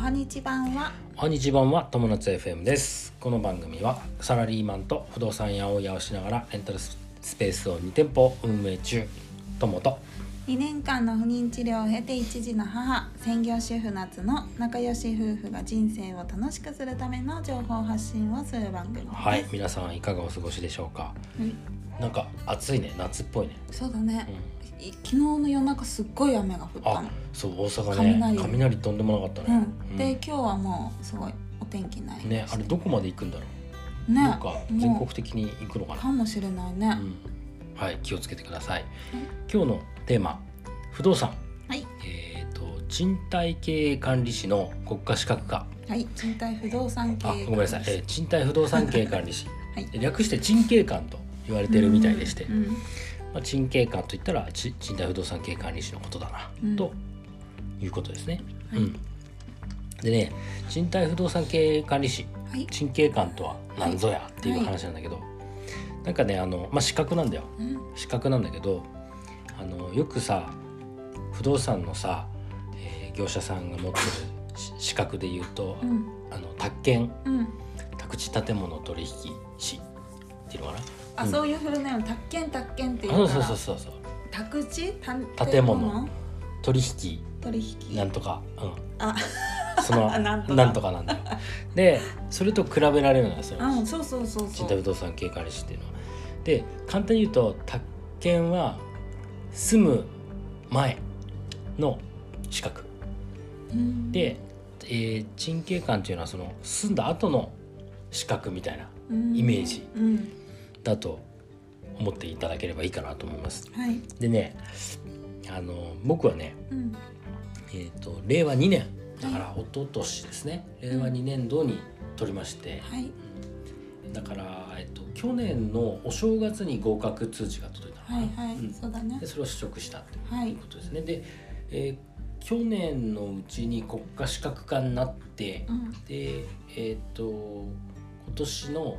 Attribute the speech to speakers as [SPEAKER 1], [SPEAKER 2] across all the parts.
[SPEAKER 1] はにち版は
[SPEAKER 2] おはにち版は友達 FM です。この番組はサラリーマンと不動産屋をやをしながらレンタルスペースを2店舗運営中、友と
[SPEAKER 1] 2年間の不妊治療を経て一児の母、専業主婦夏の仲良し夫婦が人生を楽しくするための情報発信をする番組です。
[SPEAKER 2] はい、皆さんいかがお過ごしでしょうか。なんか暑いね、夏っぽいね。
[SPEAKER 1] そうだね、昨日の夜中すっごい雨が降ったの。
[SPEAKER 2] そう、大阪ね、雷とんでもなかったね、
[SPEAKER 1] で今日はもうすごいお天気になりました
[SPEAKER 2] ね。あれどこまで行くんだろう
[SPEAKER 1] ね。
[SPEAKER 2] なんか全国的に行くのかな
[SPEAKER 1] かもしれないね、
[SPEAKER 2] はい、気をつけてください。今日のテーマ、不動産、
[SPEAKER 1] はい、
[SPEAKER 2] 賃貸経営管理士の国家資格化。
[SPEAKER 1] はい、賃貸不動産経営管理士。
[SPEAKER 2] ごめんなさい、賃貸不動産経営管理士、
[SPEAKER 1] はい、
[SPEAKER 2] 略して賃経管と言われているみたいでして、賃経管といったら賃貸不動産経営管理士のことだな、ということですね、でね、賃貸不動産経営管理士、賃経管とは何ぞやっていう話なんだけど、なんかね、資格なんだよ、資格なんだけど、よくさ不動産のさ、業者さんが持ってる資格で言うと、宅建、宅地建物取引士っていうのかな、
[SPEAKER 1] そういうフルネーム、宅建っていうから、
[SPEAKER 2] そう
[SPEAKER 1] 宅地
[SPEAKER 2] 建物取引なんとか、そのなんとかなんだよ。でそれと比べられるのよ、その賃貸不動産経営管理士っていうのは。で簡単に言うと、宅建は住む前の資格で、賃経管っていうのはその住んだ後の資格みたいなイメージだと思っていただければいいかなと思います。でね、僕はね、令和2年だから一昨年ですね、令和2年度に取りまして、だから、去年のお正月に合格通知が届いたのかな。
[SPEAKER 1] そうだね。
[SPEAKER 2] でそれを取得したということですね。で、去年のうちに国家資格化になって、で今年の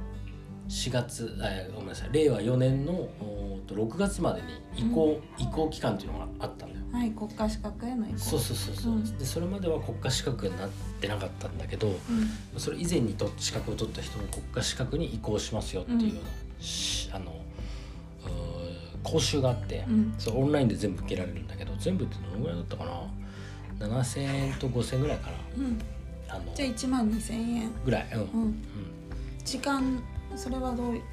[SPEAKER 2] 4月、ごめんなさい、令和4年の6月までに移行期間というのがあったんだよ。
[SPEAKER 1] 国家資格への移行。
[SPEAKER 2] そう、でそれまでは国家資格になってなかったんだけど、それ以前に資格を取った人も国家資格に移行しますよっていうような、講習があって、それオンラインで全部受けられるんだけど、全部ってどのぐらいだったかな、7000円と5000円ぐらいかな、
[SPEAKER 1] じゃあ12000円
[SPEAKER 2] ぐらい、
[SPEAKER 1] 時間、それはどういう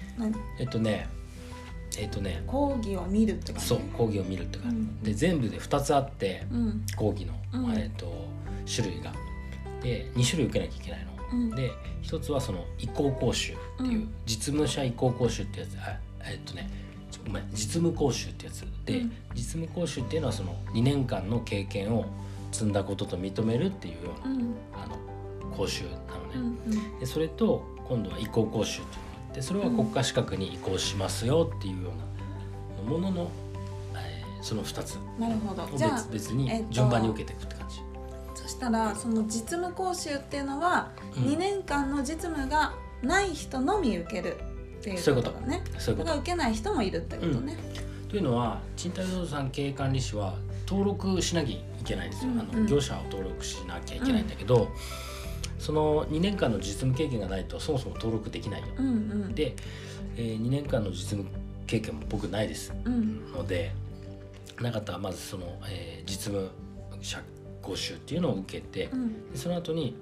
[SPEAKER 1] 講義を見るって感じ。
[SPEAKER 2] そう、講義を見るって感じ、で全部で2つあって、講義の、種類がで2種類受けなきゃいけないの、で1つはその移行講習っていう、実務者移行講習ってやつ、実務講習ってやつで、実務講習っていうのはその2年間の経験を積んだことと認めるっていうような、講習なのね、でそれと今度は移行講習っていうのがあって、それは国家資格に移行しますよっていうようなものの、その2つを別々に順番に受けていくって感じ。
[SPEAKER 1] そしたらその実務講習っていうのは、2年間の実務がない人のみ受けるっていうことだね。だから受けない人もいるってことね。
[SPEAKER 2] というのは、賃貸不動産経営管理士は登録しなきゃいけないんですよ。業者を登録しなきゃいけないんだけど、その2年間の実務経験がないとそもそも登録できないよ。で、2年間の実務経験も僕ないです、ので、なかったらまずその、実務者講習っていうのを受けて、でその後に、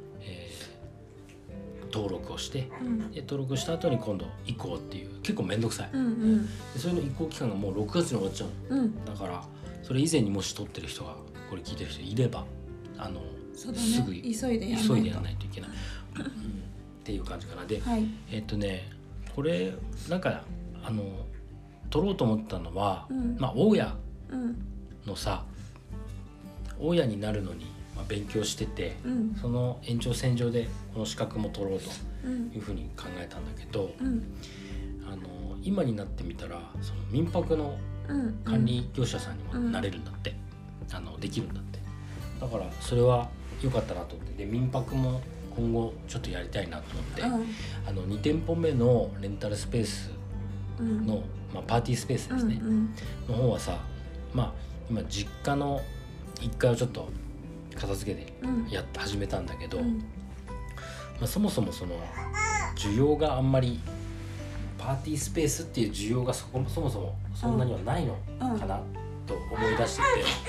[SPEAKER 2] 登録をして、で登録した後に今度移行っていう、結構めんどくさい、でそれの移行期間がもう6月に終わっちゃう、だからそれ以前にもし取ってる人が、これ聞いてる人いれば、すぐ急いでやらないといけない、っていう感じかな。で、これなんか取ろうと思ったのは、大家のさ、大家になるのに勉強してて、その延長線上でこの資格も取ろうというふうに考えたんだけど、今になってみたら、その民泊の管理業者さんにもなれるんだって、できるんだって。だからそれは良かったなと思って、で民泊も今後ちょっとやりたいなと思って、2店舗目のレンタルスペースの、パーティースペースですね、の方はさ、今実家の1階をちょっと片付けで始めたんだけど、そもそもその需要があんまりパーティースペースっていう需要がそもそもそんなにはないのかなと思い出してて、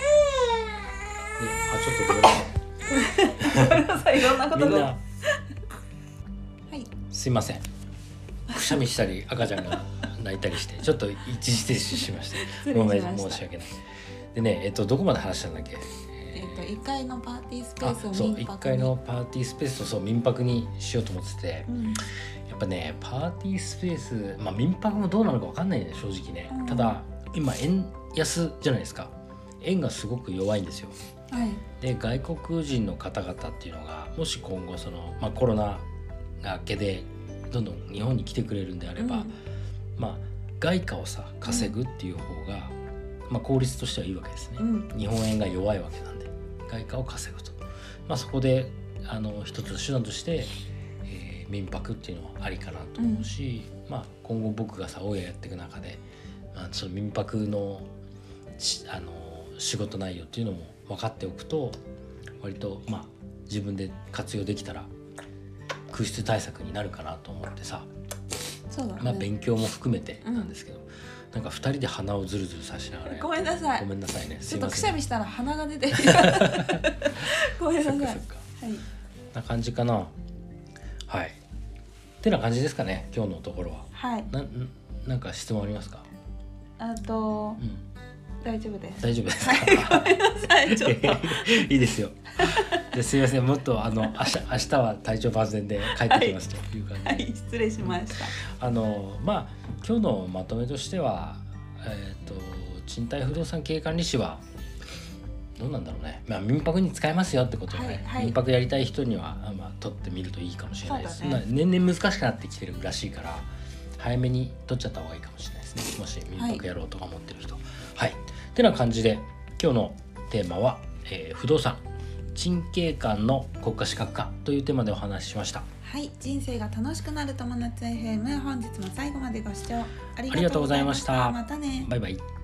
[SPEAKER 2] ちょっとごめんなさい。
[SPEAKER 1] いろんなことが。はい。
[SPEAKER 2] すいません。くしゃみしたり赤ちゃんが泣いたりしてちょっと一時停止しました。ごめん申し訳ない。でねどこまで話したんだっけ。
[SPEAKER 1] 1階のパーティースペースを
[SPEAKER 2] 民泊に。そう1階のパーティースペースとそう民泊にしようと思ってて、やっぱねパーティースペース民泊もどうなのか分かんないね正直ね、ただ今円安じゃないですか。円がすごく弱いんですよ。で外国人の方々っていうのがもし今後その、コロナが明けでどんどん日本に来てくれるんであれば、外貨をさ稼ぐっていう方が、効率としてはいいわけですね、日本円が弱いわけなんで外貨を稼ぐと、そこで一つの手段として、民泊っていうのはありかなと思うし、今後僕がさ大家やっていく中で、その民泊の仕事内容っていうのも分かっておくと割と自分で活用できたら空室対策になるかなと思ってさ、
[SPEAKER 1] そうだね、
[SPEAKER 2] 勉強も含めてなんですけど、なんか2人で鼻をズルズルさしながら
[SPEAKER 1] ごめんなさい
[SPEAKER 2] ごめんなさいね、
[SPEAKER 1] ちょっとくしゃみしたら鼻が出てるごめんなさい。はい、
[SPEAKER 2] な感じかな。はいってな感じですかね今日のところは。
[SPEAKER 1] はい。
[SPEAKER 2] なんか質問ありますか。
[SPEAKER 1] 大丈夫です。
[SPEAKER 2] 大丈夫ですか。
[SPEAKER 1] ごめんなさいちょっと
[SPEAKER 2] いいですよ。ですみませんもっと明日は体調万全で帰ってきますという感じで、
[SPEAKER 1] はい、失礼しました。
[SPEAKER 2] 今日のまとめとしては賃貸不動産経営管理士はどうなんだろうね、民泊に使えますよってことで、民泊やりたい人には取ってみるといいかもしれないです、年々難しくなってきてるらしいから早めに取っちゃった方がいいかもしれないですね、もし民泊やろうとか思ってる人。はい、ってな感じで今日のテーマは、不動産賃経官の国家資格化というテーマでお話ししました。
[SPEAKER 1] はい、人生が楽しくなる友達 FM、本日も最後までご視聴ありがとうございました。またね。
[SPEAKER 2] バイバイ。